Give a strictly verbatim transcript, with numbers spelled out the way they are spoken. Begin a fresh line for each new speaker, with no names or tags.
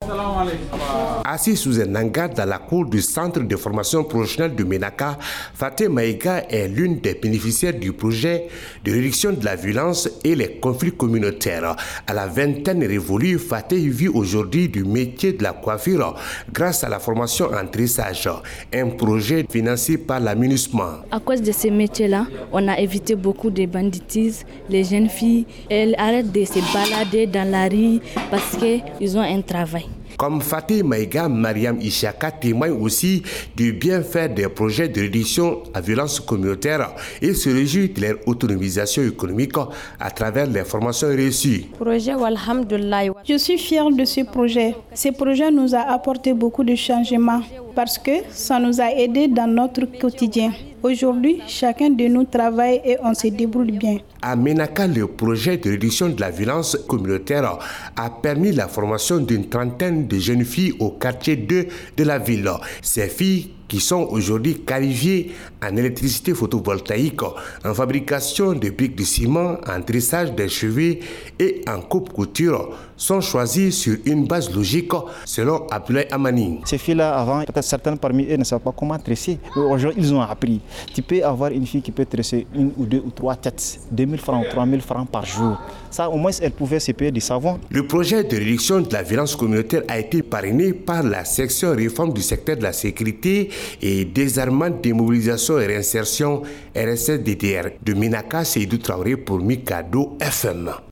Assis sous un hangar dans la cour du centre de formation professionnelle de Ménaka, Faté Maïga est l'une des bénéficiaires du projet de réduction de la violence et les conflits communautaires. À la vingtaine révolue, Faté vit aujourd'hui du métier de la coiffure grâce à la formation en tressage, un projet financé par la MINUSMA.
À cause de ce métier-là, on a évité beaucoup de banditisme. Les jeunes filles, elles arrêtent de se balader dans la rue parce qu'ils ont un travail.
Comme Faté Maïga, Mariam Ishaka témoigne aussi du bienfait des projets de réduction à violence communautaire et se réjouit de leur autonomisation économique à travers les formations reçues.
Projet Walhamdulillah.
Je suis fière de ce projet. Ce projet nous a apporté beaucoup de changements parce que ça nous a aidés dans notre quotidien. Aujourd'hui, chacun de nous travaille et on se débrouille bien.
À Ménaka, le projet de réduction de la violence communautaire a permis la formation d'une trentaine de jeunes filles au quartier deux de la ville. Ces filles qui sont aujourd'hui qualifiées en électricité photovoltaïque, en fabrication de briques de ciment, en tressage des cheveux et en coupe-couture, sont choisies sur une base logique selon Abdoulaye Amani.
Ces filles-là, avant, peut-être certaines parmi eux ne savent pas comment tresser. Aujourd'hui, ils ont appris. Tu peux avoir une fille qui peut tresser une ou deux ou trois têtes, deux mille francs ou trois mille francs par jour. Ça, au moins, elle pouvait se payer du savon.
Le projet de réduction de la violence communautaire a été parrainé par la section réforme du secteur de la sécurité et désarmement, démobilisation et réinsertion R S S D D R de Ménaka, Seydou Traoré pour Mikado F M.